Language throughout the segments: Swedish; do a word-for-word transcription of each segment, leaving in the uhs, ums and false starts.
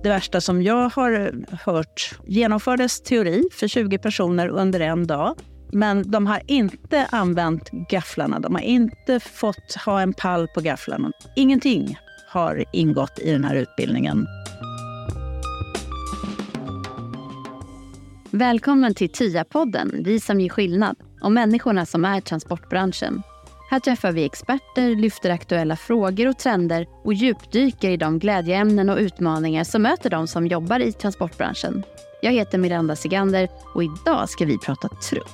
Det värsta som jag har hört genomfördes teori för tjugo personer under en dag. Men de har inte använt gafflarna. De har inte fått ha en pall på gafflarna. Ingenting har ingått i den här utbildningen. Välkommen till T I A-podden, vi som ger skillnad, om människorna som är transportbranschen. Här träffar vi experter, lyfter aktuella frågor och trender och djupdyker i de glädjeämnen och utmaningar som möter de som jobbar i transportbranschen. Jag heter Miranda Sigander och idag ska vi prata truck.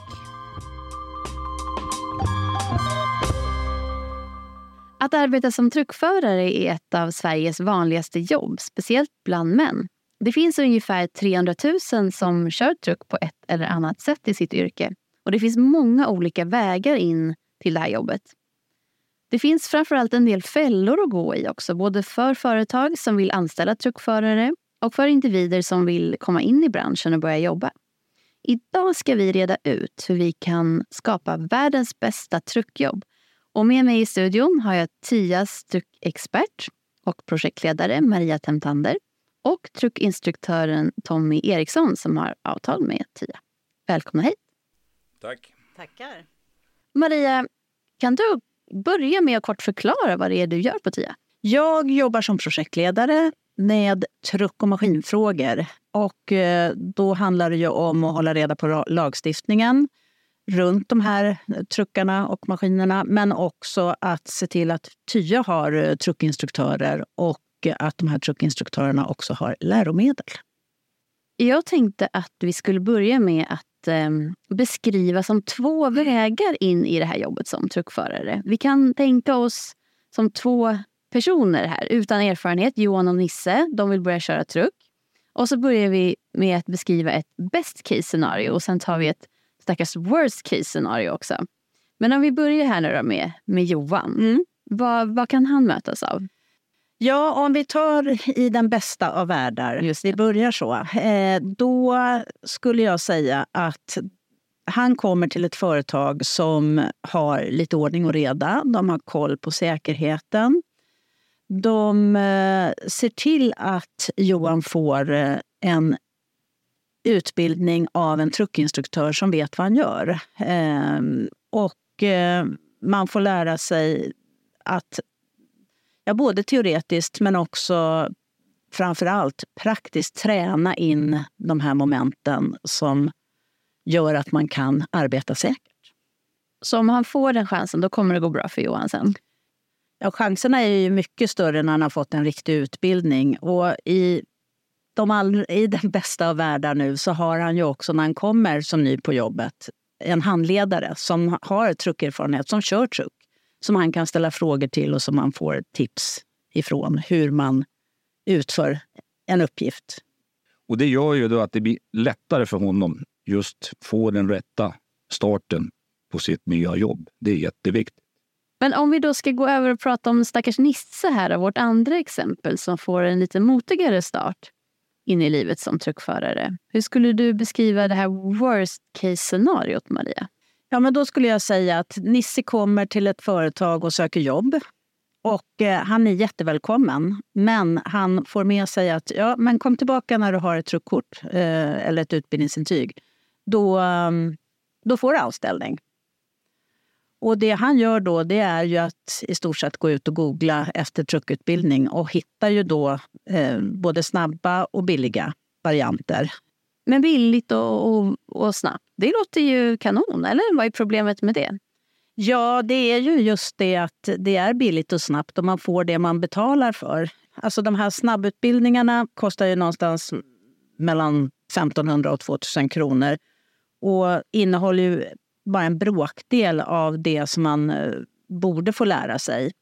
Att arbeta som truckförare är ett av Sveriges vanligaste jobb, speciellt bland män. Det finns ungefär trehundratusen som kör truck på ett eller annat sätt i sitt yrke. Och det finns många olika vägar in till det här jobbet. Det finns framförallt en del fällor att gå i också, både för företag som vill anställa truckförare och för individer som vill komma in i branschen och börja jobba. Idag ska vi reda ut hur vi kan skapa världens bästa truckjobb. Och med mig i studion har jag T I As truckexpert och projektledare Maria Temtander och truckinstruktören Tommy Eriksson som har avtal med T I A. Välkomna hit. Tack. Tackar. Maria, kan du börja med att kort förklara vad det är du gör på T I A? Jag jobbar som projektledare med truck- och maskinfrågor. Och då handlar det ju om att hålla reda på lagstiftningen runt de här truckarna och maskinerna. Men också att se till att T I A har truckinstruktörer och att de här truckinstruktörerna också har läromedel. Jag tänkte att vi skulle börja med att eh, beskriva som två vägar in i det här jobbet som truckförare. Vi kan tänka oss som två personer här utan erfarenhet, Johan och Nisse. De vill börja köra truck. Och så börjar vi med att beskriva ett best case scenario och sen tar vi ett stackars worst case scenario också. Men om vi börjar här nu då med, med Johan. Mm. Vad, vad kan han mötas av? Ja, om vi tar i den bästa av världar, just vi börjar så, eh, då skulle jag säga att han kommer till ett företag som har lite ordning och reda. De har koll på säkerheten. De eh, ser till att Johan får eh, en utbildning av en truckinstruktör som vet vad han gör. Eh, och eh, man får lära sig att ja, både teoretiskt men också framförallt praktiskt träna in de här momenten som gör att man kan arbeta säkert. Så om han får den chansen, då kommer det gå bra för Johan sen? Ja, chanserna är ju mycket större när han har fått en riktig utbildning. Och i, de all, i den bästa av världar nu så har han ju också när han kommer som ny på jobbet en handledare som har truckerfarenhet, som kör truck. Som han kan ställa frågor till och som man får tips ifrån hur man utför en uppgift. Och det gör ju då att det blir lättare för honom just få den rätta starten på sitt nya jobb. Det är jätteviktigt. Men om vi då ska gå över och prata om stackars Nisse här, vårt andra exempel som får en lite motigare start in i livet som truckförare. Hur skulle du beskriva det här worst case scenariot, Maria? Ja, men då skulle jag säga att Nisse kommer till ett företag och söker jobb. Och eh, han är jättevälkommen. Men han får med sig att ja, men kom tillbaka när du har ett truckkort eh, eller ett utbildningsintyg. Då, um, då får du anställning. Och det han gör då, det är ju att i stort sett gå ut och googla efter truckutbildning. Och hittar ju då eh, både snabba och billiga varianter. Men billigt och, och, och snabbt, det låter ju kanon, eller? Vad är problemet med det? Ja, det är ju just det att det är billigt och snabbt och man får det man betalar för. Alltså de här snabbutbildningarna kostar ju någonstans mellan femtonhundra och tvåtusen kronor. Och innehåller ju bara en bråkdel av det som man borde få lära sig.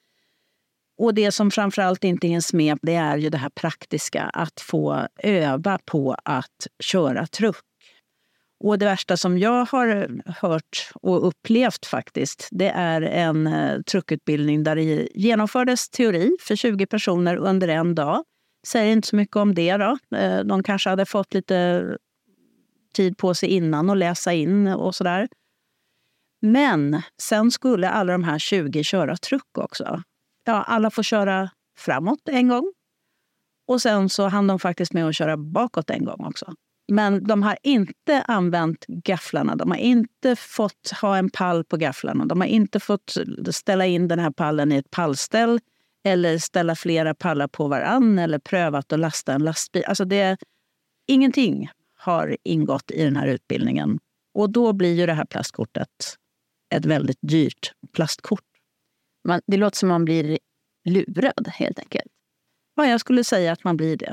Och det som framförallt inte hinns med, det är ju det här praktiska. Att få öva på att köra truck. Och det värsta som jag har hört och upplevt faktiskt, det är en uh, truckutbildning där det genomfördes teori för tjugo personer under en dag. Säger inte så mycket om det då. Uh, de kanske hade fått lite tid på sig innan och läsa in och sådär. Men sen skulle alla de här tjugo köra truck också. Ja, alla får köra framåt en gång. Och sen så hann de faktiskt med att köra bakåt en gång också. Men de har inte använt gafflarna. De har inte fått ha en pall på gafflarna. De har inte fått ställa in den här pallen i ett pallställ. Eller ställa flera pallar på varann. Eller prövat att lasta en lastbil. Alltså det, ingenting har ingått i den här utbildningen. Och då blir ju det här plastkortet ett väldigt dyrt plastkort. Man, det låter som man blir lurad helt enkelt. Ja, jag skulle säga att man blir det.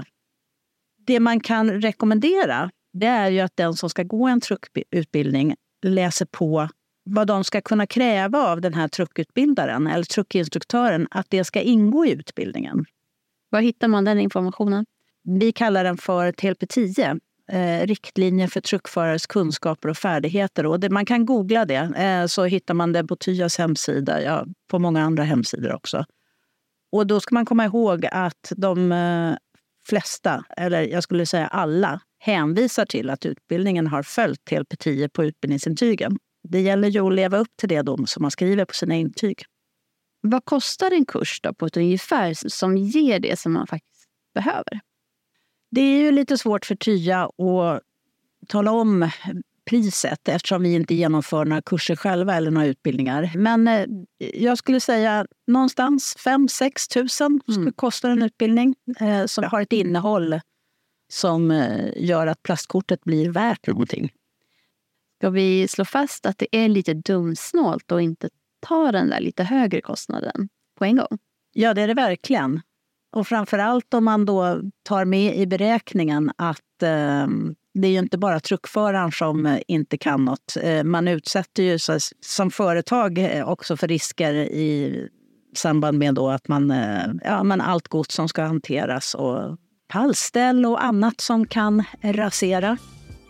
Det man kan rekommendera, det är ju att den som ska gå en truckutbildning läser på vad de ska kunna kräva av den här truckutbildaren eller truckinstruktören, att det ska ingå i utbildningen. Var hittar man den informationen? Vi kallar den för T L P tio, eh, riktlinjer för truckförares kunskaper och färdigheter. Och det, man kan googla det, eh, så hittar man det på T Y A:s hemsida, ja, på många andra hemsidor också. Och då ska man komma ihåg att de eh, flesta, eller jag skulle säga alla, hänvisar till att utbildningen har följt T L P tio på utbildningsintygen. Det gäller ju att leva upp till det då som man skriver på sina intyg. Vad kostar en kurs då på ett ungefär som ger det som man faktiskt behöver? Det är ju lite svårt för T Y A att tala om priset eftersom vi inte genomför några kurser själva eller några utbildningar. Men eh, jag skulle säga någonstans fem till sex tusen skulle mm. kosta en utbildning eh, som har ett innehåll som eh, gör att plastkortet blir värt någonting. Ska vi slå fast att det är lite dumsnålt och inte ta den där lite högre kostnaden på en gång? Ja, det är det verkligen. Och framförallt om man då tar med i beräkningen att eh, det är ju inte bara truckföraren som inte kan något. Man utsätter ju sig som företag också för risker i samband med då att man, ja, men allt gods som ska hanteras och pallställ och annat som kan rasera.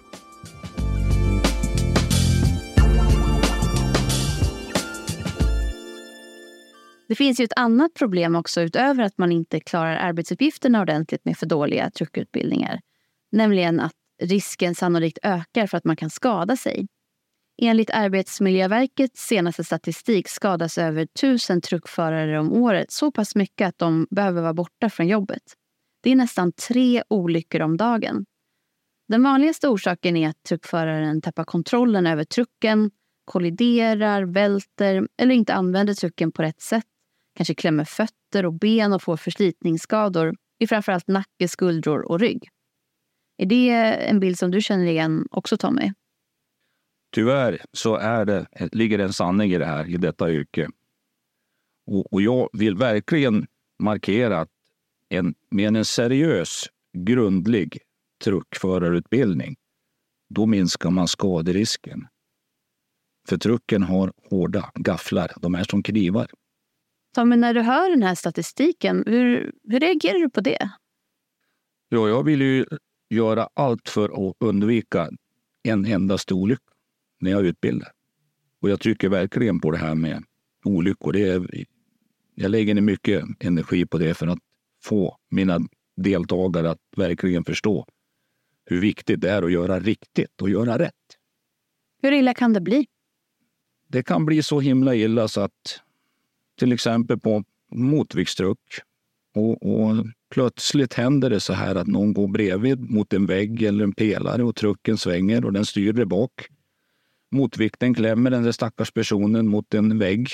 Det finns ju ett annat problem också utöver att man inte klarar arbetsuppgifterna ordentligt med för dåliga truckutbildningar. Nämligen att risken sannolikt ökar för att man kan skada sig. Enligt Arbetsmiljöverkets senaste statistik skadas över tusen truckförare om året så pass mycket att de behöver vara borta från jobbet. Det är nästan tre olyckor om dagen. Den vanligaste orsaken är att truckföraren tappar kontrollen över trucken, kolliderar, välter eller inte använder trucken på rätt sätt. Kanske klämmer fötter och ben och får förslitningsskador i framförallt nacke, skuldror och rygg. Är det en bild som du känner igen också, Tommy? Tyvärr så är det, ligger en sanning i det här, i detta yrke. Och, och jag vill verkligen markera att en, med en seriös, grundlig truckförarutbildning, då minskar man skaderisken. För trucken har hårda gafflar, de är som knivar. Tommy, när du hör den här statistiken, hur, hur reagerar du på det? Ja, jag vill ju göra allt för att undvika en endaste olycka när jag utbildar. Och jag tycker verkligen på det här med olyckor. Det är, jag lägger ner mycket energi på det för att få mina deltagare att verkligen förstå hur viktigt det är att göra riktigt och göra rätt. Hur illa kan det bli? Det kan bli så himla illa så att till exempel på motviktstruck och, och plötsligt händer det så här att någon går bredvid mot en vägg eller en pelare och trucken svänger och den styr bak. Motvikten klämmer den där stackars personen mot en vägg.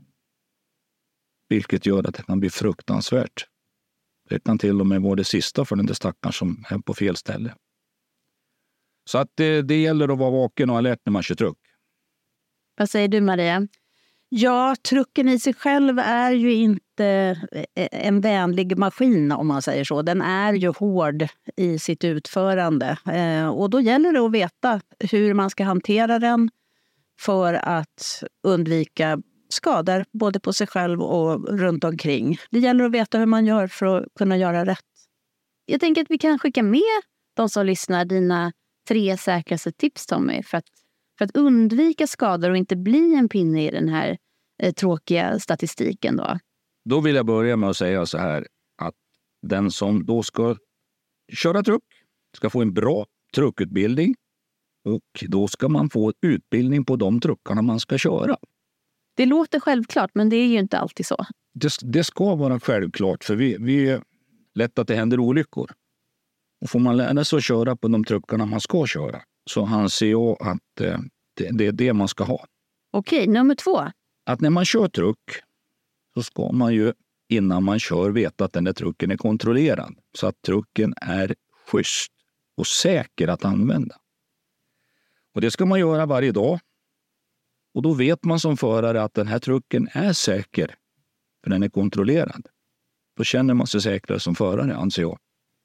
Vilket gör att det kan bli fruktansvärt. Det kan till och med vara det sista för den där stackaren som är på fel ställe. Så att det, det gäller att vara vaken och alert när man kör truck. Vad säger du, Maria? Ja, trucken i sig själv är ju inte en vänlig maskin om man säger så. Den är ju hård i sitt utförande. Och då gäller det att veta hur man ska hantera den för att undvika skador både på sig själv och runt omkring. Det gäller att veta hur man gör för att kunna göra rätt. Jag tänker att vi kan skicka med de som lyssnar dina tre säkraste tips, Tommy, för att För att undvika skador och inte bli en pinne i den här eh, tråkiga statistiken då? Då vill jag börja med att säga så här att den som då ska köra truck ska få en bra truckutbildning och då ska man få utbildning på de truckarna man ska köra. Det låter självklart, men det är ju inte alltid så. Det, det ska vara självklart för vi, vi, lätt att det händer olyckor. Och får man lära sig att köra på de truckarna man ska köra, så anser jag att eh, det, det är det man ska ha. Okej, nummer två. Att när man kör truck så ska man ju innan man kör veta att den där trucken är kontrollerad. Så att trucken är schysst och säker att använda. Och det ska man göra varje dag. Och då vet man som förare att den här trucken är säker. För den är kontrollerad. Då känner man sig säkrare som förare, anser jag.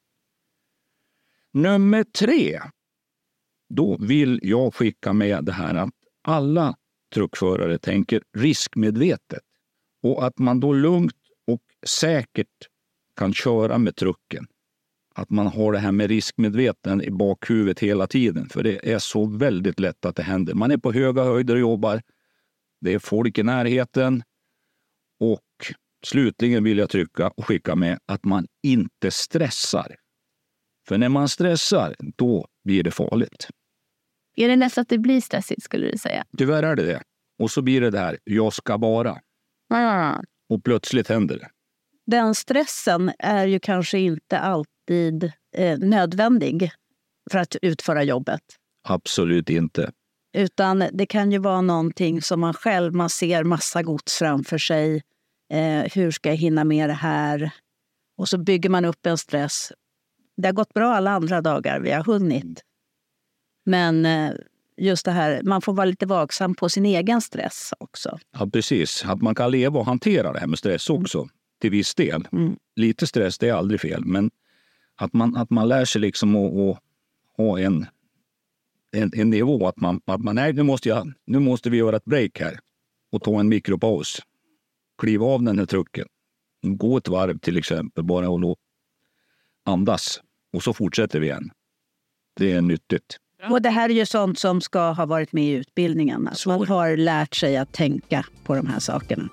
Nummer tre. Då vill jag skicka med det här att alla truckförare tänker riskmedvetet. Och att man då lugnt och säkert kan köra med trucken. Att man har det här med riskmedveten i bakhuvudet hela tiden. För det är så väldigt lätt att det händer. Man är på höga höjder och jobbar. Det är folk i närheten. Och slutligen vill jag trycka och skicka med att man inte stressar. För när man stressar, då blir det farligt. Är det lätt att det blir stressigt, skulle du säga? Tyvärr är det det. Och så blir det det här, jag ska bara. Mm. Och plötsligt händer det. Den stressen är ju kanske inte alltid eh, nödvändig för att utföra jobbet. Absolut inte. Utan det kan ju vara någonting som man själv, man ser massa gods framför sig. Eh, hur ska jag hinna med det här? Och så bygger man upp en stress. Det har gått bra alla andra dagar, vi har hunnit. Men eh, just det här, man får vara lite vaksam på sin egen stress också. Ja, precis. Att man kan leva och hantera det här med stress också. Mm. Till viss del. Mm. Lite stress, det är aldrig fel. Men att man, att man lär sig liksom att, att ha en, en, en nivå. Att man, att man nej, nu måste, jag, nu måste vi göra ett break här. Och ta en mikropaus. Kliva av den här trucken. Gå ett varv till exempel. Bara och andas. Och så fortsätter vi igen. Det är nyttigt. Och det här är ju sånt som ska ha varit med i utbildningen. Att man har lärt sig att tänka på de här sakerna.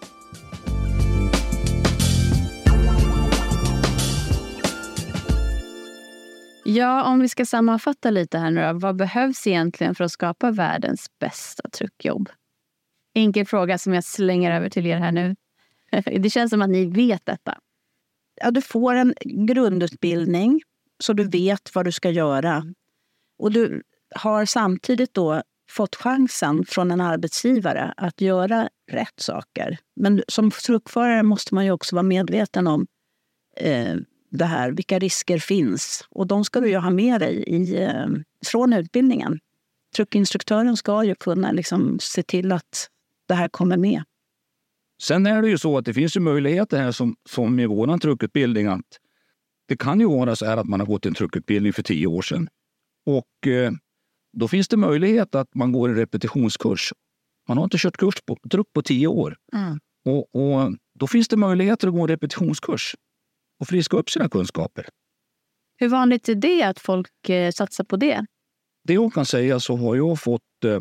Ja, om vi ska sammanfatta lite här nu då. Vad behövs egentligen för att skapa världens bästa truckjobb? Enkel fråga som jag slänger över till er här nu. Det känns som att ni vet detta. Ja, du får en grundutbildning så du vet vad du ska göra. Och du har samtidigt då fått chansen från en arbetsgivare att göra rätt saker. Men som truckförare måste man ju också vara medveten om eh, det här, vilka risker finns. Och de ska du ju ha med dig i, eh, från utbildningen. Truckinstruktören ska ju kunna liksom se till att det här kommer med. Sen är det ju så att det finns ju möjligheter här som, som i våran truckutbildning att det kan ju vara så här att man har gått en truckutbildning för tio år sedan. Och eh, då finns det möjlighet att man går en repetitionskurs. Man har inte kört kurs på truck på tio år. Mm. Och, och då finns det möjligheter att gå en repetitionskurs och friska upp sina kunskaper. Hur vanligt är det att folk eh, satsar på det? Det jag kan säga så har jag fått eh,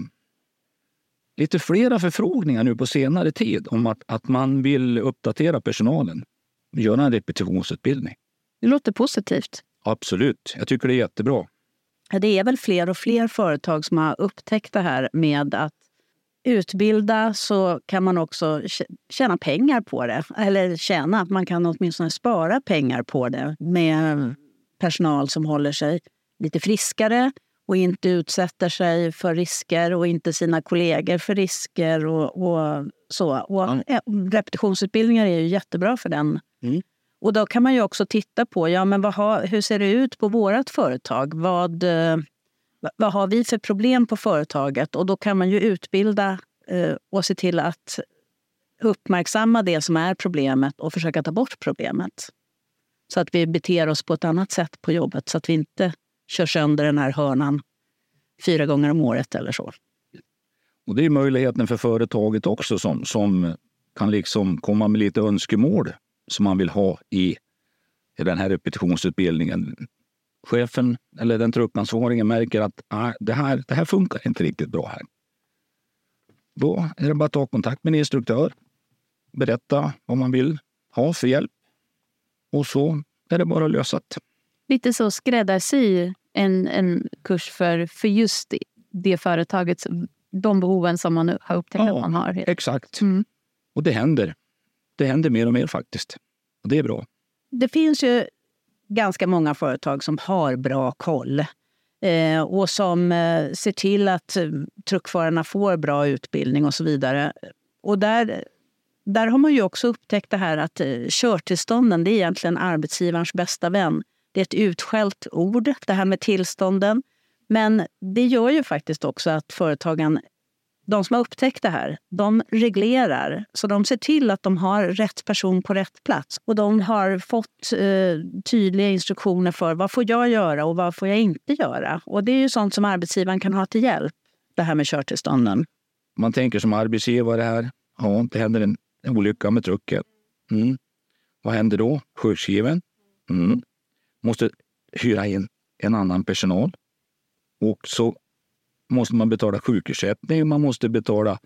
lite flera förfrågningar nu på senare tid om att, att man vill uppdatera personalen. Göra en repetitionsutbildning. Det låter positivt. Absolut, jag tycker det är jättebra. Det är väl fler och fler företag som har upptäckt det här med att utbilda, så kan man också tjäna pengar på det. Eller tjäna, man kan åtminstone spara pengar på det med personal som håller sig lite friskare och inte utsätter sig för risker och inte sina kollegor för risker och, och så. Och ja. Repetitionsutbildningar är ju jättebra för den. Mm. Och då kan man ju också titta på, ja men vad har, hur ser det ut på vårat företag? Vad, vad har vi för problem på företaget? Och då kan man ju utbilda eh, och se till att uppmärksamma det som är problemet och försöka ta bort problemet. Så att vi beter oss på ett annat sätt på jobbet, så att vi inte kör sönder den här hörnan fyra gånger om året eller så. Och det är möjligheten för företaget också som, som kan liksom komma med lite önskemål som man vill ha i, i den här repetitionsutbildningen. Chefen eller den truckansvariga märker att ah, det, här, det här funkar inte riktigt bra här. Då är det bara att ta kontakt med en instruktör. Berätta vad man vill ha för hjälp. Och så är det bara lösat. Lite så skräddarsy en, en kurs för, för just det, det företagets, de behoven som man har upptäckt ja, att man har. Exakt. Mm. Och det händer. Det händer mer och mer faktiskt. Och det är bra. Det finns ju ganska många företag som har bra koll eh, och som eh, ser till att eh, truckförarna får bra utbildning och så vidare. Och där, där har man ju också upptäckt det här att eh, körtillstånden, det är egentligen arbetsgivarens bästa vän. Det är ett utskällt ord, det här med tillstånden. Men det gör ju faktiskt också att företagen, de som har upptäckt det här, de reglerar. Så de ser till att de har rätt person på rätt plats. Och de har fått eh, tydliga instruktioner för vad får jag göra och vad får jag inte göra. Och det är ju sånt som arbetsgivaren kan ha till hjälp, det här med körtillstånden. Man tänker som arbetsgivare här, ja, det händer en, en olycka med trucken. Mm. Vad händer då? Sjukskriven. Mm. Måste hyra in en annan personal. Och så måste man betala sjukersättning, man måste betala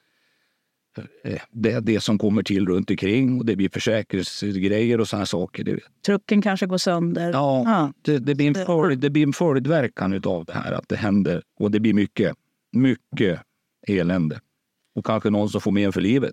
det, det som kommer till runt omkring och det blir försäkringsgrejer och sådana saker. Det, Trucken kanske går sönder. Ja, ja. Det, det, blir en följd, det blir en följdverkan av det här, att det händer. Och det blir mycket, mycket elände. Och kanske någon som får med för livet.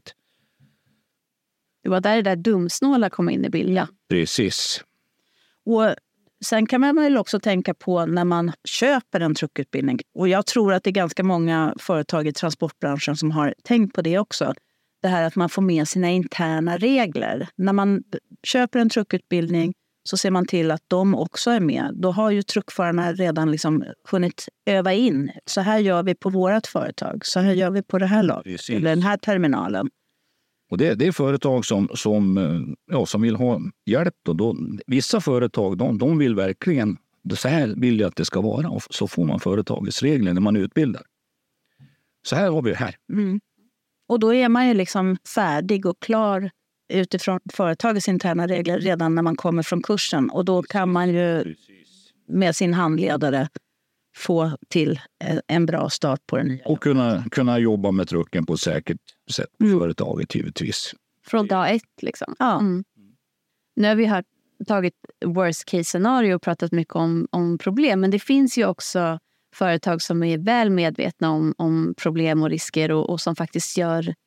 Det var där det där dumsnåla kom in i bilden. Precis. Och sen kan man väl också tänka på när man köper en truckutbildning. Och jag tror att det är ganska många företag i transportbranschen som har tänkt på det också. Det här att man får med sina interna regler. När man köper en truckutbildning så ser man till att de också är med. Då har ju truckförarna redan liksom hunnit öva in. Så här gör vi på vårt företag. Så här gör vi på det här laget. Eller den här terminalen. Och det, det är företag som, som, ja, som vill ha hjälp. Då. Då, vissa företag de, de vill verkligen, så här vill jag att det ska vara. Och så får man företagets regler när man utbildar. Så här har vi det här. Mm. Och då är man ju liksom färdig och klar utifrån företagets interna regler redan när man kommer från kursen. Och då kan man ju med sin handledare få till en bra start på den nya. Och kunna, kunna jobba med trucken på ett säkert sätt på mm. företaget givetvis. Från dag ett liksom. Ja. Mm. Nu har vi hört, tagit worst case scenario och pratat mycket om, om problem. Men det finns ju också företag som är väl medvetna om, om problem och risker och, och som faktiskt gör rätt.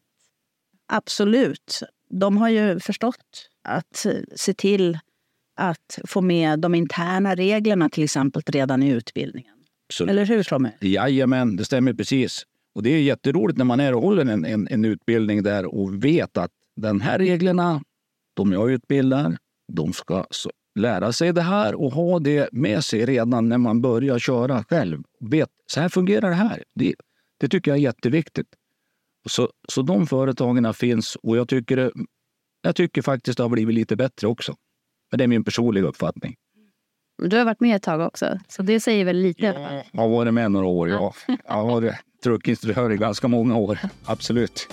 Absolut. De har ju förstått att se till att få med de interna reglerna till exempel redan i utbildningen. Absolut. Eller hur, Tommy? Jajamän, det stämmer precis. Och det är jätteroligt när man är och håller en, en, en utbildning där och vet att den här reglerna, de jag utbildar, de ska så, lära sig det här och ha det med sig redan när man börjar köra själv. Vet, så här fungerar det här. Det, det tycker jag är jätteviktigt. Så, så de företagen finns och jag tycker, jag tycker faktiskt det har blivit lite bättre också. Men det är min personliga uppfattning. Du har varit med ett tag också, så det säger väl lite. Ja, jag har varit med några år, ja. Jag har varit truckinstruktör i ganska många år, absolut.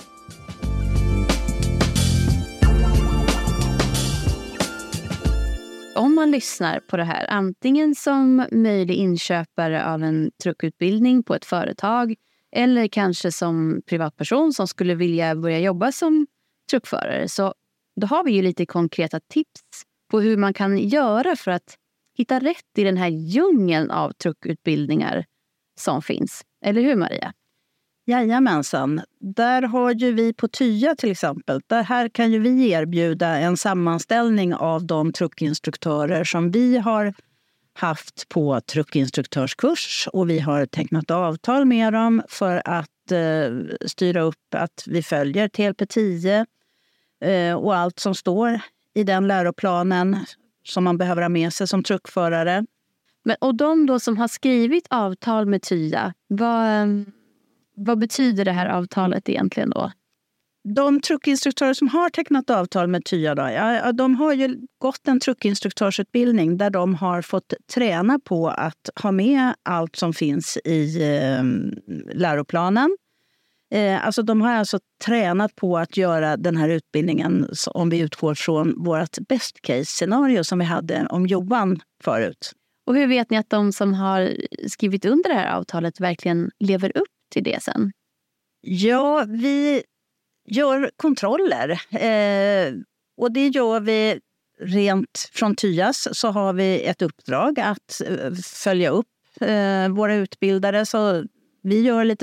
Om man lyssnar på det här, antingen som möjlig inköpare av en truckutbildning på ett företag eller kanske som privatperson som skulle vilja börja jobba som truckförare, så då har vi ju lite konkreta tips på hur man kan göra för att hitta rätt i den här djungeln av truckutbildningar som finns. Eller hur, Maria? Jajamensan. Där har ju vi på Tya till exempel. Där här kan ju vi erbjuda en sammanställning av de truckinstruktörer som vi har haft på truckinstruktörskurs. Och vi har tecknat avtal med dem för att eh, styra upp att vi följer T L P tio eh, och allt som står i den läroplanen som man behöver ha med sig som truckförare. Men, och de då som har skrivit avtal med Tya, vad, vad betyder det här avtalet egentligen då? De truckinstruktörer som har tecknat avtal med Tya då, ja, de har ju gått en truckinstruktörsutbildning där de har fått träna på att ha med allt som finns i eh, läroplanen. Eh, alltså de har alltså tränat på att göra den här utbildningen om vi utgår från vårt best case-scenario som vi hade om Johan förut. Och hur vet ni att de som har skrivit under det här avtalet verkligen lever upp till det sen? Ja, vi gör kontroller. Eh, och det gör vi rent från Tyas, så har vi ett uppdrag att eh, följa upp eh, våra utbildare. Så vi gör lite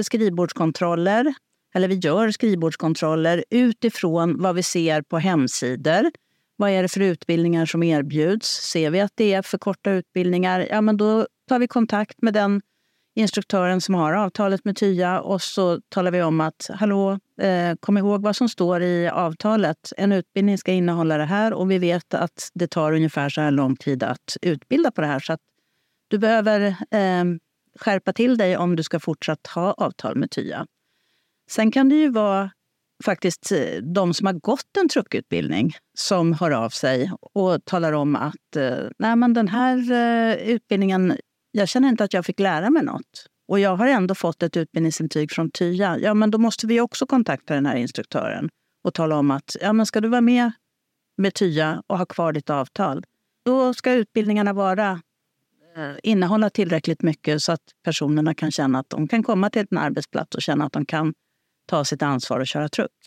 skrivbordskontroller, eller vi gör skrivbordskontroller utifrån vad vi ser på hemsidor. Vad är det för utbildningar som erbjuds? Ser vi att det är för korta utbildningar, ja men då tar vi kontakt med den instruktören som har avtalet med T Y A och så talar vi om att hallå, eh, kom ihåg vad som står i avtalet. En utbildning ska innehålla det här och vi vet att det tar ungefär så här lång tid att utbilda på det här. Så att du behöver eh, skärpa till dig om du ska fortsatt ha avtal med T Y A. Sen kan det ju vara faktiskt de som har gått en truckutbildning som hör av sig och talar om att eh, nej men den här eh, utbildningen, jag känner inte att jag fick lära mig något. Och jag har ändå fått ett utbildningsintyg från T Y A. Ja, men då måste vi också kontakta den här instruktören och tala om att ja, men ska du vara med med T Y A och ha kvar ditt avtal, då ska utbildningarna vara, eh, innehålla tillräckligt mycket så att personerna kan känna att de kan komma till en arbetsplats och känna att de kan ta sitt ansvar och köra truck.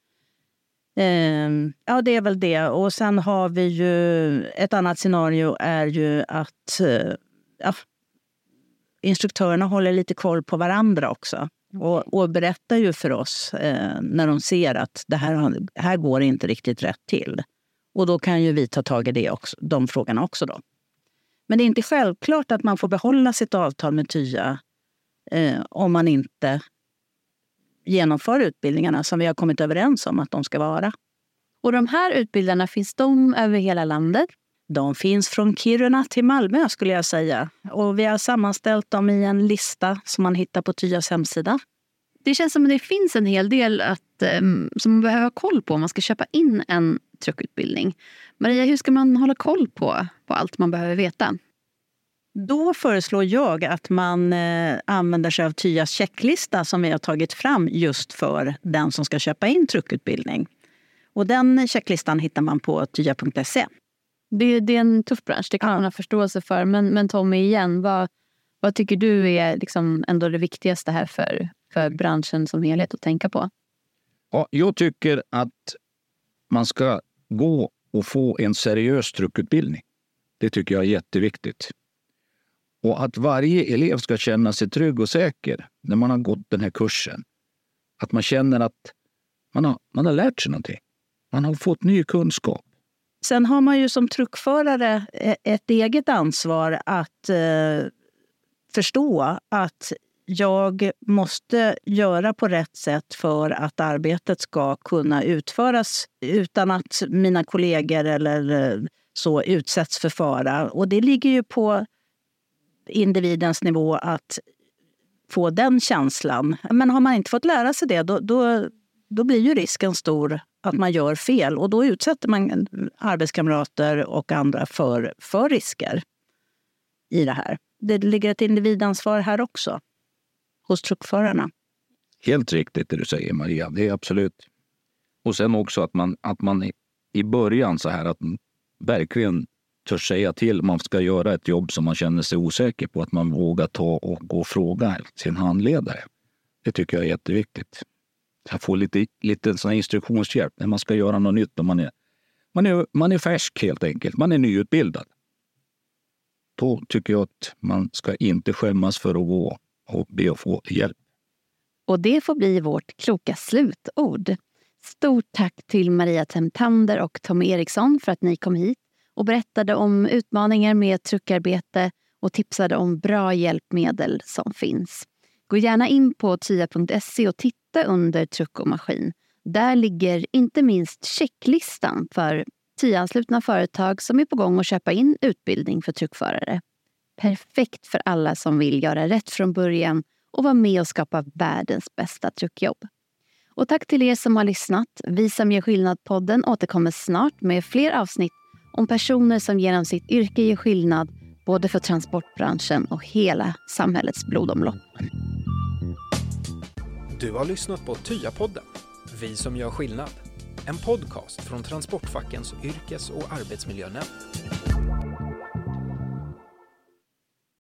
Eh, ja, det är väl det. Och sen har vi ju, ett annat scenario är ju att eh, ja, instruktörerna håller lite koll på varandra också. Och, och berättar ju för oss eh, när de ser att det här, här går inte riktigt rätt till. Och då kan ju vi ta tag i det också, de frågorna också då. Men det är inte självklart att man får behålla sitt avtal med T Y A eh, om man inte genomför utbildningarna som vi har kommit överens om att de ska vara. Och de här utbildarna, finns de över hela landet? De finns från Kiruna till Malmö skulle jag säga. Och vi har sammanställt dem i en lista som man hittar på T Y A:s hemsida. Det känns som att det finns en hel del att, um, som man behöver ha koll på om man ska köpa in en truckutbildning. Maria, hur ska man hålla koll på, på allt man behöver veta? Då föreslår jag att man eh, använder sig av T Y A:s checklista som vi har tagit fram just för den som ska köpa in truckutbildning. Och den checklistan hittar man på T Y A punkt se. Det, det är en tuff bransch, det kan ja. man ha förståelse för. Men, men Tommy igen, vad, vad tycker du är liksom ändå det viktigaste här för, för branschen som helhet att tänka på? Ja, jag tycker att man ska gå och få en seriös truckutbildning. Det tycker jag är jätteviktigt. Och att varje elev ska känna sig trygg och säker när man har gått den här kursen. Att man känner att man har, man har lärt sig någonting. Man har fått ny kunskap. Sen har man ju som truckförare ett eget ansvar att eh, förstå att jag måste göra på rätt sätt för att arbetet ska kunna utföras utan att mina kollegor eller så utsätts för fara. Och det ligger ju på individens nivå att få den känslan. Men har man inte fått lära sig det, då, då, då blir ju risken stor att man gör fel. Och då utsätter man arbetskamrater och andra för, för risker i det här. Det ligger ett individansvar här också hos truckförarna. Helt riktigt det du säger, Maria. Det är absolut. Och sen också att man, att man i början så här att verkligen törs säga till om man ska göra ett jobb som man känner sig osäker på. Att man vågar ta och gå och fråga sin handledare. Det tycker jag är jätteviktigt. Att få lite, lite sån här instruktionshjälp när man ska göra något nytt. Och man, är, man, är, man är färsk helt enkelt. Man är nyutbildad. Då tycker jag att man ska inte skämmas för att gå och be att få hjälp. Och det får bli vårt kloka slutord. Stort tack till Maria Temtander och Tommy Eriksson för att ni kom hit och berättade om utmaningar med truckarbete och tipsade om bra hjälpmedel som finns. Gå gärna in på T Y A punkt se och titta under truck och maskin. Där ligger inte minst checklistan för T Y A-anslutna företag som är på gång att köpa in utbildning för truckförare. Perfekt för alla som vill göra rätt från början och vara med och skapa världens bästa truckjobb. Och tack till er som har lyssnat. Vi som gör skillnad-podden återkommer snart med fler avsnitt om personer som genom sitt yrke gör skillnad både för transportbranschen och hela samhällets blodomlopp. Du har lyssnat på T Y A-podden. Vi som gör skillnad. En podcast från Transportfackens yrkes- och arbetsmiljönämnd.